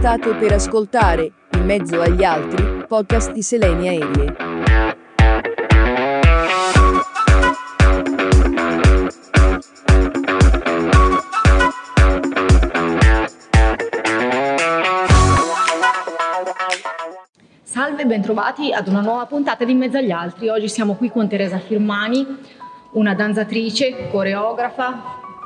State per ascoltare In mezzo agli altri podcast di Seleni Aerie. Salve e bentrovati ad una nuova puntata di In mezzo agli altri. Oggi siamo qui con Teresa Firmani, una danzatrice, coreografa,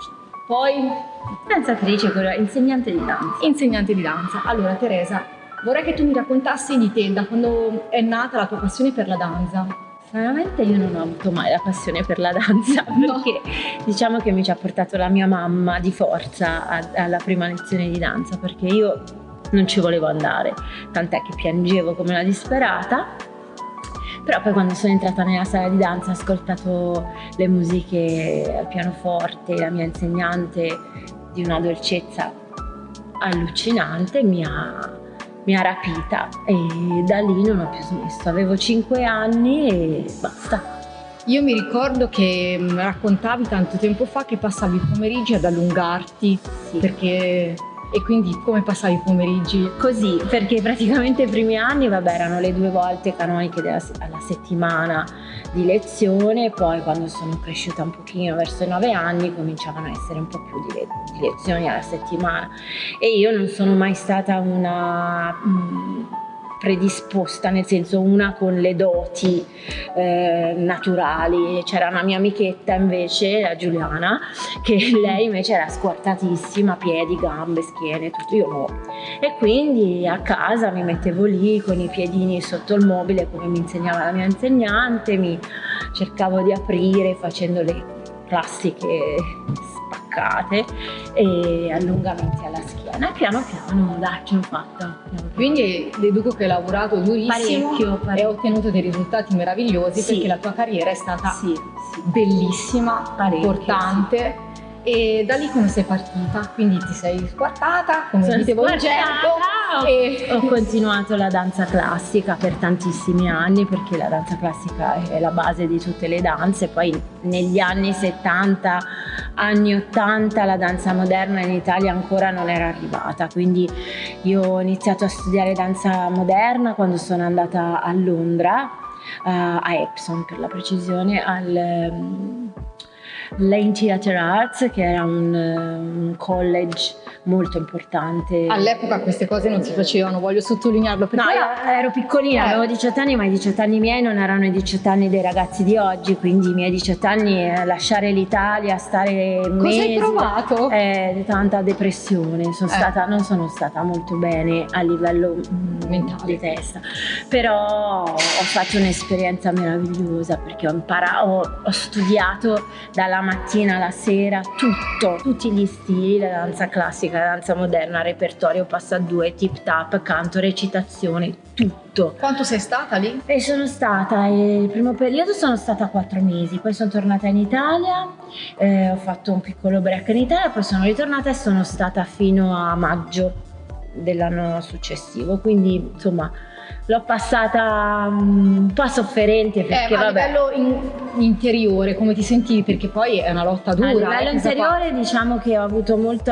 poi insegnante di danza. Insegnante di danza. Allora Teresa, vorrei che tu mi raccontassi di te, da quando è nata la tua passione per la danza. Veramente io non ho avuto mai la passione per la danza, perché diciamo che mi ci ha portato la mia mamma di forza alla prima lezione di danza, perché io non ci volevo andare, tant'è che piangevo come una disperata. Però poi quando sono entrata nella sala di danza ho ascoltato le musiche al pianoforte, la mia insegnante di una dolcezza allucinante mi ha rapita e da lì non ho più smesso. Avevo 5 anni e basta. Io mi ricordo che raccontavi tanto tempo fa che passavi i pomeriggi ad allungarti, Sì. Perché... E quindi come passavi i pomeriggi? Così, perché praticamente i primi anni, erano le 2 volte canoniche alla settimana di lezione, poi quando sono cresciuta un pochino verso i 9 anni cominciavano a essere un po' più di lezioni alla settimana e io non sono mai stata una predisposta, nel senso una con le doti naturali. C'era una mia amichetta invece, la Giuliana, che lei invece era squartatissima, piedi, gambe, schiene, tutto, io no. E quindi a casa mi mettevo lì con i piedini sotto il mobile come mi insegnava la mia insegnante, mi cercavo di aprire facendo le classiche spaccate e allungamenti alla schiena e piano piano dai, ce l'ho fatta. Quindi deduco che hai lavorato durissimo parecchio. E hai ottenuto dei risultati meravigliosi, Sì. perché la tua carriera è stata Sì. bellissima, Parecchio, importante. E da lì come sei partita? Quindi ti sei squartata, come Sono dite voi in squartata, gergo, e ho continuato la danza classica per tantissimi anni, perché la danza classica è la base di tutte le danze. Poi negli anni 70, anni 80 la danza moderna in Italia ancora non era arrivata, quindi io ho iniziato a studiare danza moderna quando sono andata a Londra, a Epsom per la precisione, Lane Theatre Arts, che era un college molto importante. all'epoca queste cose non si facevano, voglio sottolinearlo, perché No, io ero piccolina, avevo 18 anni, ma i 18 anni miei non erano i 18 anni dei ragazzi di oggi, quindi i miei 18 anni, lasciare l'Italia, stare mesi... Cosa hai provato? Tanta depressione, non sono stata molto bene a livello mentale di testa, però ho fatto un'esperienza meravigliosa, perché ho studiato dalla mattina alla sera tutti gli stili, la danza classica, la danza moderna, repertorio, passo a 2, tip tap, canto, recitazione, tutto. Quanto sei stata lì? E sono stata, il primo periodo sono stata 4 mesi, poi sono tornata in Italia, ho fatto un piccolo break in Italia, poi sono ritornata e sono stata fino a maggio dell'anno successivo, quindi insomma l'ho passata un po' sofferente, perché a livello interiore come ti sentivi? Perché poi è una lotta dura. A livello interiore diciamo che ho avuto molta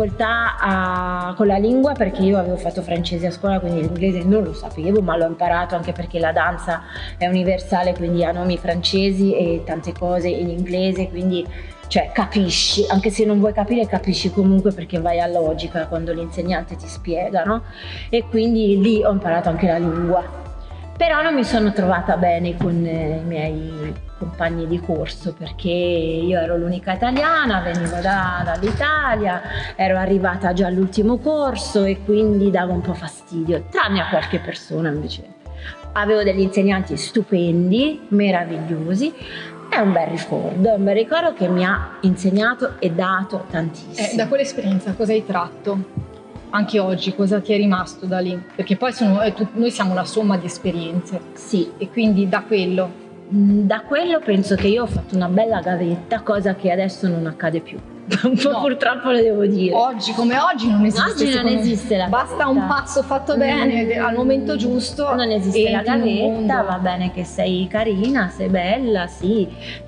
difficoltà con la lingua, perché io avevo fatto francese a scuola, quindi l'inglese non lo sapevo, ma l'ho imparato anche perché la danza è universale, quindi ha nomi francesi e tante cose in inglese, quindi capisci, anche se non vuoi capire capisci comunque, perché vai a logica quando l'insegnante ti spiega, no? E quindi lì ho imparato anche la lingua. Però non mi sono trovata bene con i miei compagni di corso, perché io ero l'unica italiana, venivo dall'Italia, ero arrivata già all'ultimo corso e quindi davo un po' fastidio, tranne a qualche persona invece. Avevo degli insegnanti stupendi, meravigliosi. È un bel ricordo che mi ha insegnato e dato tantissimo. Da quell'esperienza cosa hai tratto? Anche oggi cosa ti è rimasto da lì? Perché poi noi siamo una somma di esperienze. Sì. E quindi da quello? Da quello penso che io ho fatto una bella gavetta, cosa che adesso non accade più. Un po' purtroppo lo devo dire. Oggi come oggi non esiste. Oggi non esiste la basta gavetta. un passo fatto bene al momento giusto. Non esiste la gavetta, va bene che sei carina, sei bella, sì.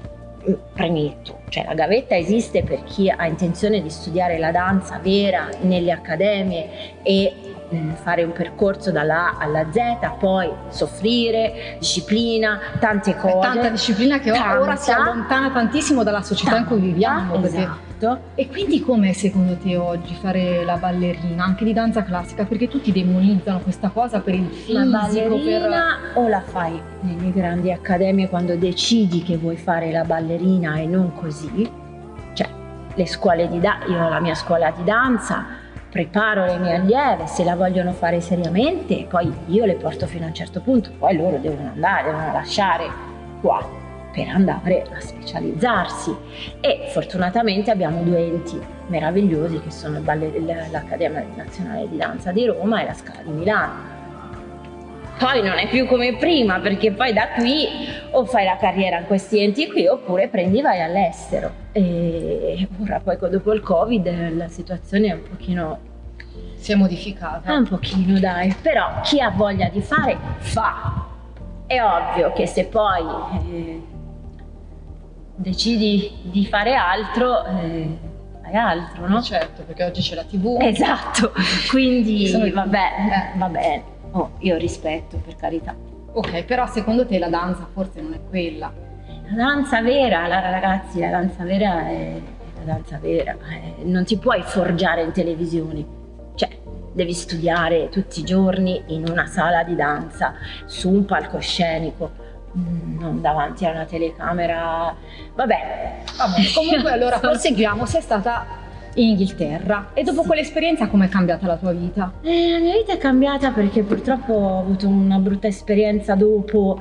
Premetto, la gavetta esiste per chi ha intenzione di studiare la danza vera nelle accademie e fare un percorso dalla A alla Z, poi soffrire, disciplina, tante cose. Tanta disciplina che ora si allontana tantissimo dalla società in cui viviamo. Esatto. E quindi com'è secondo te oggi fare la ballerina, anche di danza classica? Perché tutti demonizzano questa cosa per il fisico. La ballerina o la fai nelle grandi accademie quando decidi che vuoi fare la ballerina e non così. Cioè, le scuole io ho la mia scuola di danza, preparo le mie allieve, se la vogliono fare seriamente, poi io le porto fino a un certo punto, poi loro devono lasciare qua per andare a specializzarsi. E fortunatamente abbiamo due enti meravigliosi che sono l'Accademia Nazionale di Danza di Roma e la Scala di Milano. Poi non è più come prima, perché poi da qui o fai la carriera in questi enti qui oppure vai all'estero. E ora poi dopo il Covid la situazione è un pochino... si è modificata. Un pochino, dai, però chi ha voglia di fare, fa. È ovvio che se poi decidi di fare altro, fai altro, no? Certo, perché oggi c'è la TV. Esatto, quindi vabbè, io rispetto, per carità. Ok, però secondo te la danza forse non è quella? La danza vera, ragazzi, la danza vera è la danza vera. Non ti puoi forgiare in televisione. Cioè, devi studiare tutti i giorni in una sala di danza, su un palcoscenico, non davanti a una telecamera. Vabbè, comunque allora proseguiamo. Sei stata in Inghilterra e dopo quell'esperienza com'è cambiata la tua vita? La mia vita è cambiata perché purtroppo ho avuto una brutta esperienza dopo,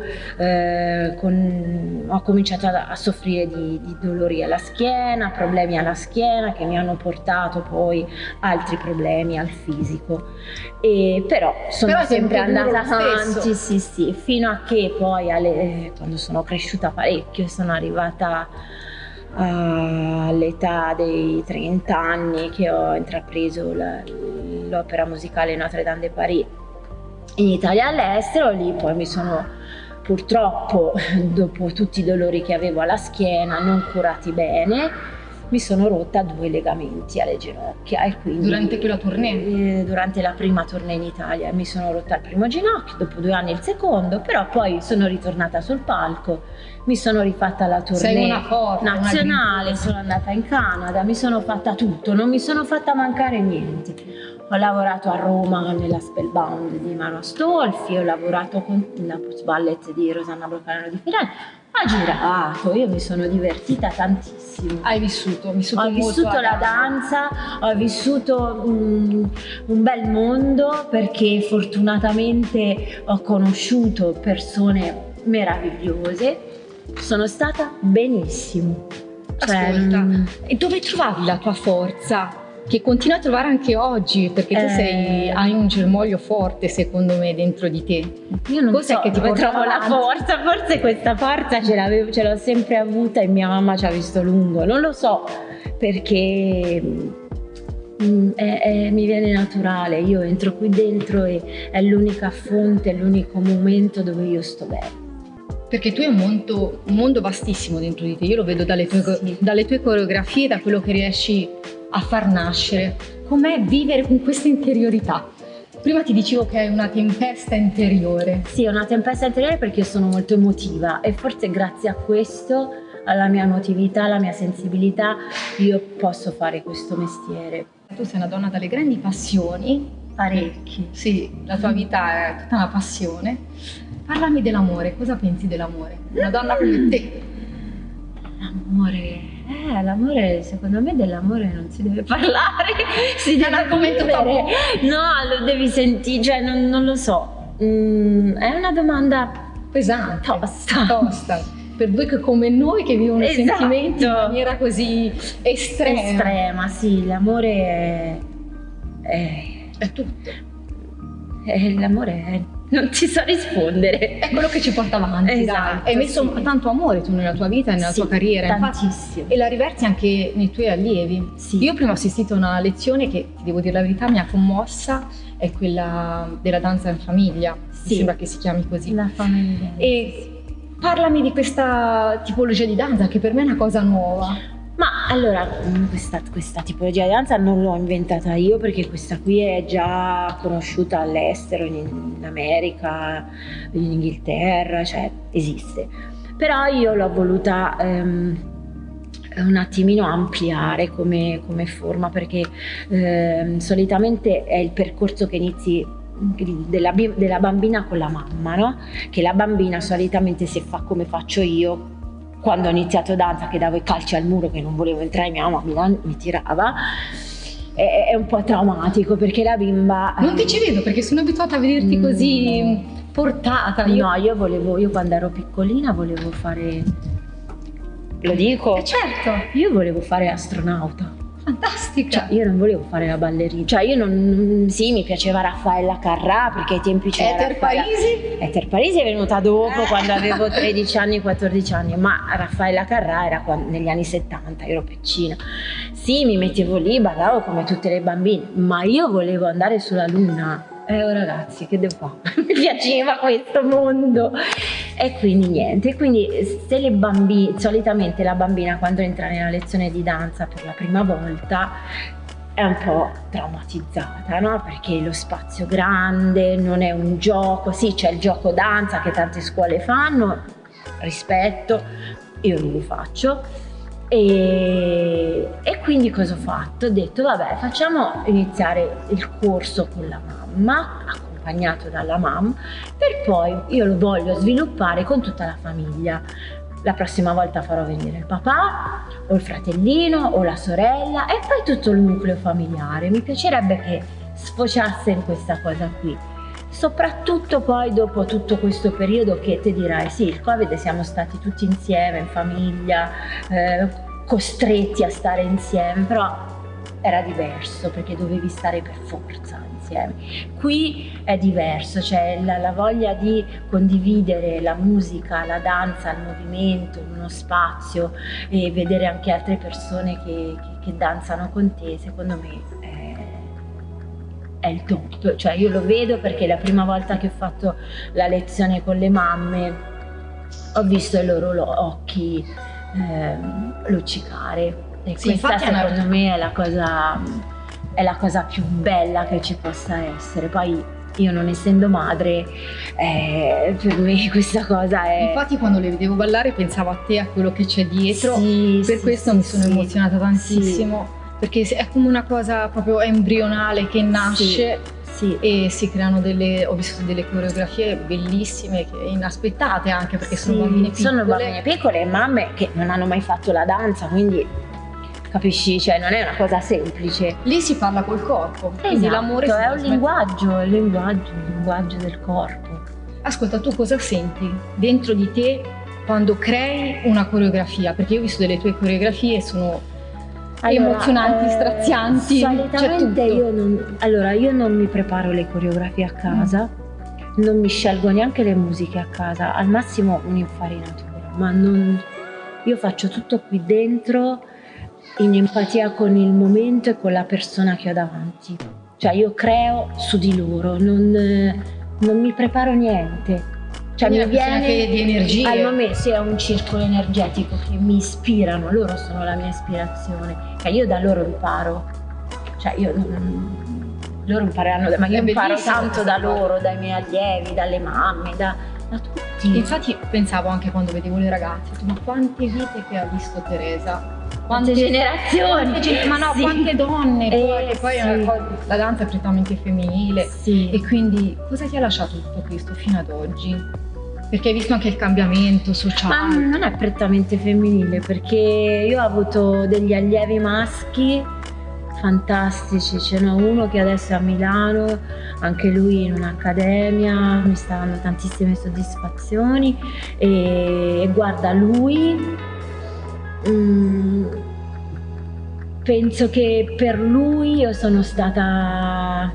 ho cominciato a soffrire di dolori alla schiena, problemi alla schiena che mi hanno portato poi altri problemi al fisico. Però sono sempre andata avanti, sì, fino a che poi quando sono cresciuta parecchio, sono arrivata all'età dei 30 anni che ho intrapreso l'opera musicale Notre Dame de Paris in Italia e all'estero. Lì poi mi sono purtroppo, dopo tutti i dolori che avevo alla schiena non curati bene, mi sono rotta 2 legamenti alle ginocchia e quindi durante quella tournée? Durante la prima tournée in Italia mi sono rotta il primo ginocchio, dopo 2 anni il secondo, però poi sono ritornata sul palco, mi sono rifatta la tournée nazionale, sono andata in Canada, mi sono fatta tutto, non mi sono fatta mancare niente. Ho lavorato a Roma nella Spellbound di Maro Astolfi, ho lavorato con la Post Ballet di Rosanna Broccalano di Firenze, ho girato, io mi sono divertita tantissimo. Hai vissuto ho vissuto la danza, ho vissuto un bel mondo perché fortunatamente ho conosciuto persone meravigliose, sono stata benissimo. Ascolta, e dove trovavi la tua forza? Che continui a trovare anche oggi, perché tu hai un germoglio forte secondo me dentro di te. Io non so che dove trovo la forza, forse questa forza ce l'ho sempre avuta e mia mamma ci ha visto lungo, non lo so perché mi viene naturale, io entro qui dentro e è l'unica fonte, è l'unico momento dove io sto bene. Perché tu hai un mondo vastissimo dentro di te, io lo vedo dalle tue coreografie, da quello che riesci a far nascere. Com'è vivere con questa interiorità? Prima ti dicevo che hai una tempesta interiore. Sì, una tempesta interiore perché io sono molto emotiva e forse grazie a questo, alla mia emotività, alla mia sensibilità, io posso fare questo mestiere. Tu sei una donna dalle grandi passioni. Parecchi. Sì, la tua vita è tutta una passione. Parlami dell'amore, cosa pensi dell'amore? Una donna come te. L'amore, secondo me dell'amore non si deve parlare, si deve vivere. No, lo devi sentire, cioè non lo so. È una domanda pesante, tosta. Per voi che come noi che vivono i sentimenti in maniera così estrema. Sì, l'amore è tutto. L'amore non ti so rispondere. È quello che ci porta avanti. Esatto, dai. Hai messo tanto amore tu nella tua vita e nella tua carriera. Tantissimo. E la riversi anche nei tuoi allievi. Sì. Io prima ho assistito a una lezione che, ti devo dire la verità, mi ha commossa, è quella della danza in famiglia. Sì. Mi sembra che si chiami così. La famiglia. E parlami di questa tipologia di danza che per me è una cosa nuova. Ma Ma allora, questa tipologia di danza non l'ho inventata io, perché questa qui è già conosciuta all'estero, in America, in Inghilterra, cioè esiste. Però io l'ho voluta un attimino ampliare come forma, perché solitamente è il percorso che inizi della bambina con la mamma, no? Che la bambina solitamente, se fa come faccio io, quando ho iniziato danza, che davo i calci al muro, che non volevo entrare, mia mamma mi tirava, è un po' traumatico, perché la bimba... Non ti ci vedo, perché sono abituata a vederti così portata. No, io quando ero piccolina volevo fare... Lo dico? Certo. Io volevo fare astronauta. Fantastica. Cioè, io non volevo fare la ballerina. Cioè, io non... Sì, mi piaceva Raffaella Carrà, perché ai tempi c'era Ether Parisi è venuta dopo, quando avevo 13 anni, 14 anni, ma Raffaella Carrà era negli anni 70, io ero piccina. Sì, mi mettevo lì, ballavo come tutte le bambine, ma io volevo andare sulla Luna. Oh ragazzi, che devo fare? Mi piaceva questo mondo. E quindi niente, quindi se le bambine, solitamente la bambina quando entra nella lezione di danza per la prima volta è un po' traumatizzata, no? Perché lo spazio grande, non è un gioco, sì, c'è il gioco danza che tante scuole fanno, rispetto, io non li faccio. E quindi cosa ho fatto? Ho detto vabbè, facciamo iniziare il corso con la mamma, accompagnato dalla mamma, per poi io lo voglio sviluppare con tutta la famiglia. La prossima volta farò venire il papà o il fratellino o la sorella e poi tutto il nucleo familiare. Mi piacerebbe che sfociasse in questa cosa qui, soprattutto poi dopo tutto questo periodo che te dirai sì, il Covid, siamo stati tutti insieme in famiglia, costretti a stare insieme, però era diverso perché dovevi stare per forza insieme. Qui è diverso, c'è la voglia di condividere la musica, la danza, il movimento, uno spazio, e vedere anche altre persone che danzano con te, secondo me è il top. Cioè io lo vedo, perché la prima volta che ho fatto la lezione con le mamme ho visto i loro occhi luccicare, e sì, questa secondo me è la cosa più bella che ci possa essere. Poi io, non essendo madre, per me questa cosa è... Infatti quando le vedevo ballare pensavo a te, a quello che c'è dietro, per questo mi sono emozionata tantissimo, perché è come una cosa proprio embrionale che nasce. Sì. E si creano ho visto delle coreografie bellissime, inaspettate anche, perché sono bambine piccole. Sono bambine piccole e mamme che non hanno mai fatto la danza, quindi capisci, cioè non è una cosa semplice. Lì si parla col corpo, quindi l'amore è un linguaggio, il linguaggio del corpo. Ascolta, tu cosa senti dentro di te quando crei una coreografia? Perché io ho visto delle tue coreografie, sono emozionanti, strazianti. Solitamente io non mi preparo le coreografie a casa, non mi scelgo neanche le musiche a casa, al massimo un'infarinatura, ma io faccio tutto qui dentro, in empatia con il momento e con la persona che ho davanti. Cioè io creo su di loro, non mi preparo niente. Cioè mi viene di energia. Al momento sì, è un circolo energetico che mi ispirano, loro sono la mia ispirazione, cioè io da loro imparo, cioè loro impareranno, ma io imparo tanto da loro, dai miei allievi, dalle mamme, da tutti. Infatti pensavo anche quando vedevo le ragazze, ma quante vite che ha visto Teresa, quante generazioni, ma no, sì. Quante donne, poi sì. La danza è prettamente femminile, sì. E quindi cosa ti ha lasciato tutto questo fino ad oggi? Perché hai visto anche il cambiamento sociale. Ma non è prettamente femminile, perché io ho avuto degli allievi maschi fantastici, ce n'è uno che adesso è a Milano, anche lui in un'accademia, mi sta dando tantissime soddisfazioni, e guarda, lui penso che per lui io sono stata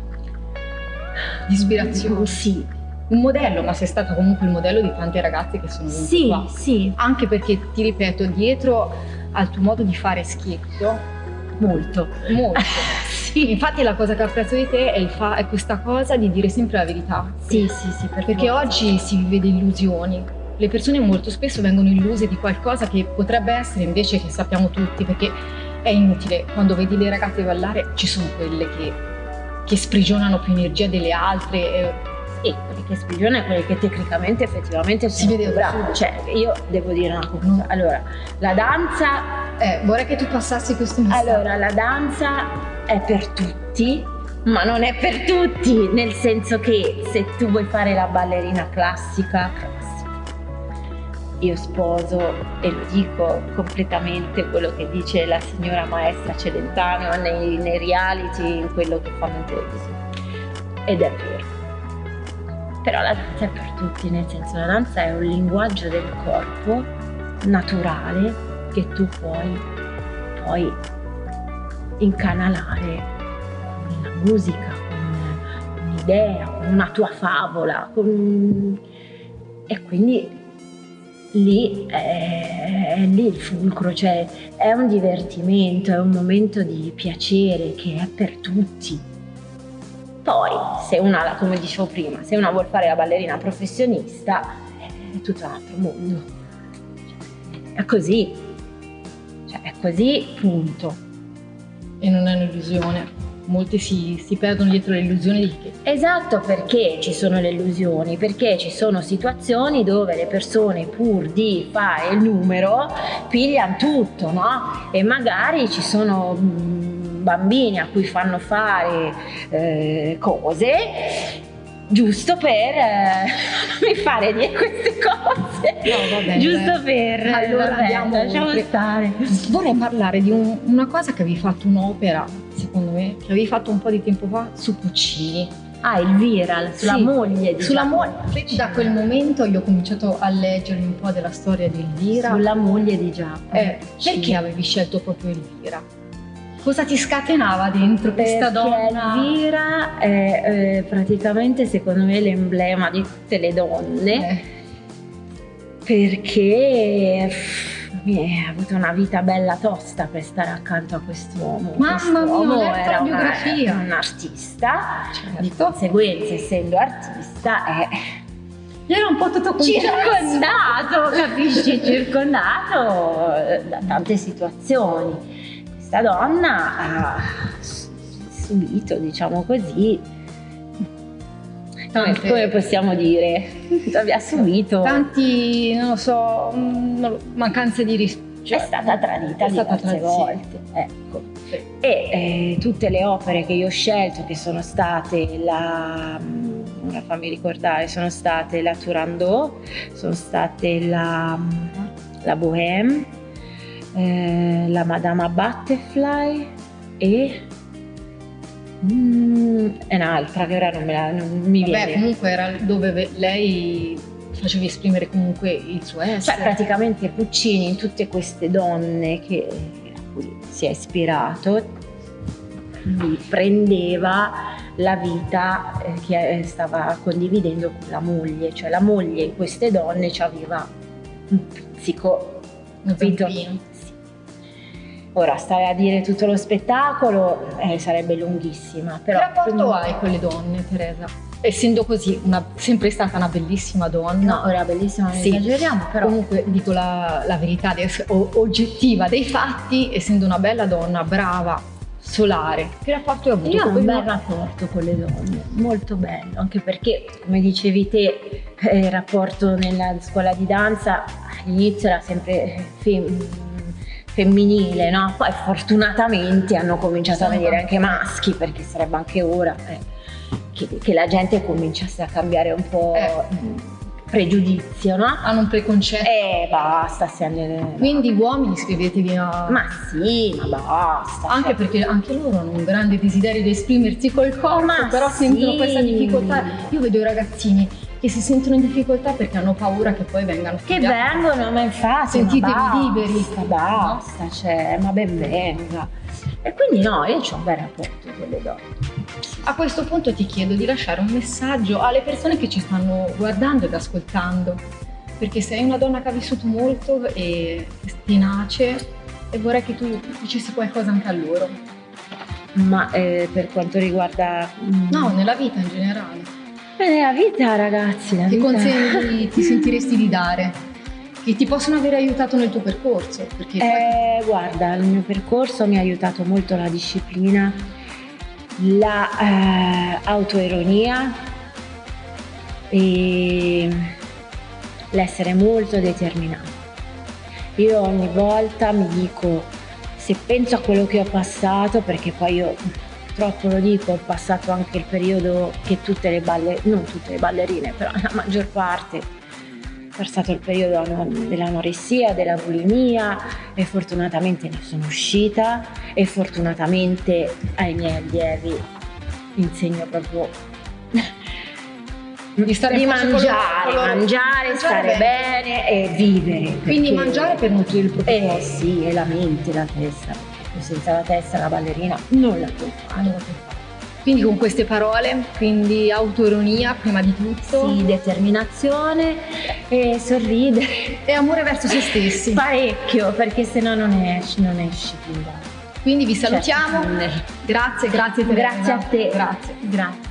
di ispirazione. Sì. Un modello, ma sei stata comunque il modello di tante ragazze che sono venute qua. Sì. Anche perché, ti ripeto, dietro al tuo modo di fare schietto, molto. Sì. Infatti la cosa che apprezzo di te è questa cosa di dire sempre la verità. Sì, perché oggi si vive di illusioni. le persone molto spesso vengono illuse di qualcosa che potrebbe essere invece che sappiamo tutti, perché è inutile, quando vedi le ragazze ballare ci sono quelle che sprigionano più energia delle altre. E quelli che sprigionano e quelli che tecnicamente effettivamente Si vede bravo. Cioè, io devo dire una cosa. Allora, la danza. Vorrei che tu passassi questo messaggio. Allora, la danza è per tutti, ma non è per tutti, nel senso che se tu vuoi fare la ballerina classica, io sposo, e lo dico completamente, quello che dice la signora maestra Celentano nei reality, in quello che fanno in televisione, ed è vero. Però la danza è per tutti, nel senso, la danza è un linguaggio del corpo naturale che tu puoi incanalare con la musica, con un'idea, con una tua favola, e quindi lì è lì il fulcro, cioè è un divertimento, è un momento di piacere che è per tutti. Poi, se una, come dicevo prima, se una vuol fare la ballerina professionista, è tutto un altro mondo. È così. Cioè, è così, punto. E non è un'illusione. Molti si perdono dietro le illusioni di che. Esatto, perché ci sono le illusioni? Perché ci sono situazioni dove le persone, pur di fare il numero, pigliano tutto, no? E magari ci sono bambini a cui fanno fare cose giusto per mi fare dire queste cose. No, vabbè, giusto per allora lasciamo stare. Vorrei parlare di una cosa che avevi fatto, un'opera, secondo me, che avevi fatto un po' di tempo fa su Puccini. Elvira, sulla moglie di sulla Giacomo. Da quel momento io ho cominciato a leggere un po' della storia di Elvira. Sulla moglie di Giacomo. Perché avevi scelto proprio Elvira? Cosa ti scatenava dentro questa donna? Elvira è praticamente, secondo me, l'emblema di tutte le donne, perché ha avuto una vita bella tosta per stare accanto a quest'uomo. Mamma mia, era una biografia. un artista, certo. Di conseguenza, essendo artista, era un po' tutto circondato, capisci? Circondato da tante situazioni. Questa donna ha subito, diciamo così, come possiamo dire, ha subito tanti, non lo so, mancanze di rispetto. È stata tradita diverse volte, ecco. Sì. E tutte le opere che io ho scelto, che sono state ora fammi ricordare, sono state la Turandot, sono state la Bohème, la Madama Butterfly e un'altra che ora non mi viene. Comunque era dove lei facevi esprimere comunque il suo essere. Cioè, praticamente Puccini, in tutte queste donne a cui si è ispirato, prendeva la vita che stava condividendo con la moglie, cioè la moglie in queste donne aveva un pizzico, capito? Sì. Ora, stare a dire tutto lo spettacolo sarebbe lunghissima, però... Che rapporto hai con le donne, Teresa? Essendo così, sempre stata una bellissima donna. No, ora bellissima, non sì, esageriamo, però... Comunque dico la verità oggettiva dei fatti, essendo una bella donna, brava, solare. Che rapporto hai avuto? Io ho un bel rapporto con le donne, molto bello, anche perché, come dicevi te, il rapporto nella scuola di danza all'inizio era sempre femminile, no? Poi fortunatamente hanno cominciato a venire anche maschi, perché sarebbe anche ora che la gente cominciasse a cambiare un po' pregiudizio, no? Hanno un preconcetto. Basta, quindi uomini iscrivetevi a... Ma sì, ma basta. Anche perché anche loro hanno un grande desiderio di esprimersi col corpo, però sentono questa difficoltà. Io vedo i ragazzini che si sentono in difficoltà perché hanno paura che poi vengano ma infatti sentitevi liberi. Basta, no? Cioè, ma ben venga. E quindi no, io ho un bel rapporto con le donne. A questo punto ti chiedo di lasciare un messaggio alle persone che ci stanno guardando ed ascoltando, perché sei una donna che ha vissuto molto e tenace, e vorrei che tu dicessi qualcosa anche a loro. Ma per quanto riguarda... No, nella vita in generale. La vita, ragazzi, la Che vita. consigli ti sentiresti di dare? Che ti possono avere aiutato nel tuo percorso? Perché Guarda, il mio percorso mi ha aiutato molto la disciplina, la autoironia e l'essere molto determinato. Io ogni volta mi dico, se penso a quello che ho passato, perché poi io purtroppo lo dico, ho passato anche il periodo che non tutte le ballerine, però la maggior parte, ho passato il periodo dell'anoressia, della bulimia e fortunatamente ne sono uscita e fortunatamente ai miei allievi insegno proprio di stare in pace con loro, mangiare, stare bene e vivere. Quindi mangiare per nutrire il proprio corpo. Sì, e la mente, la testa, perché senza la testa la ballerina non la può fare. Quindi con queste parole, quindi autoironia prima di tutto. Sì, determinazione e sorridere. E amore verso se stessi. Parecchio, perché sennò non esci più da. Quindi vi salutiamo. Certo. Grazie Teresa. Grazie a te. Grazie.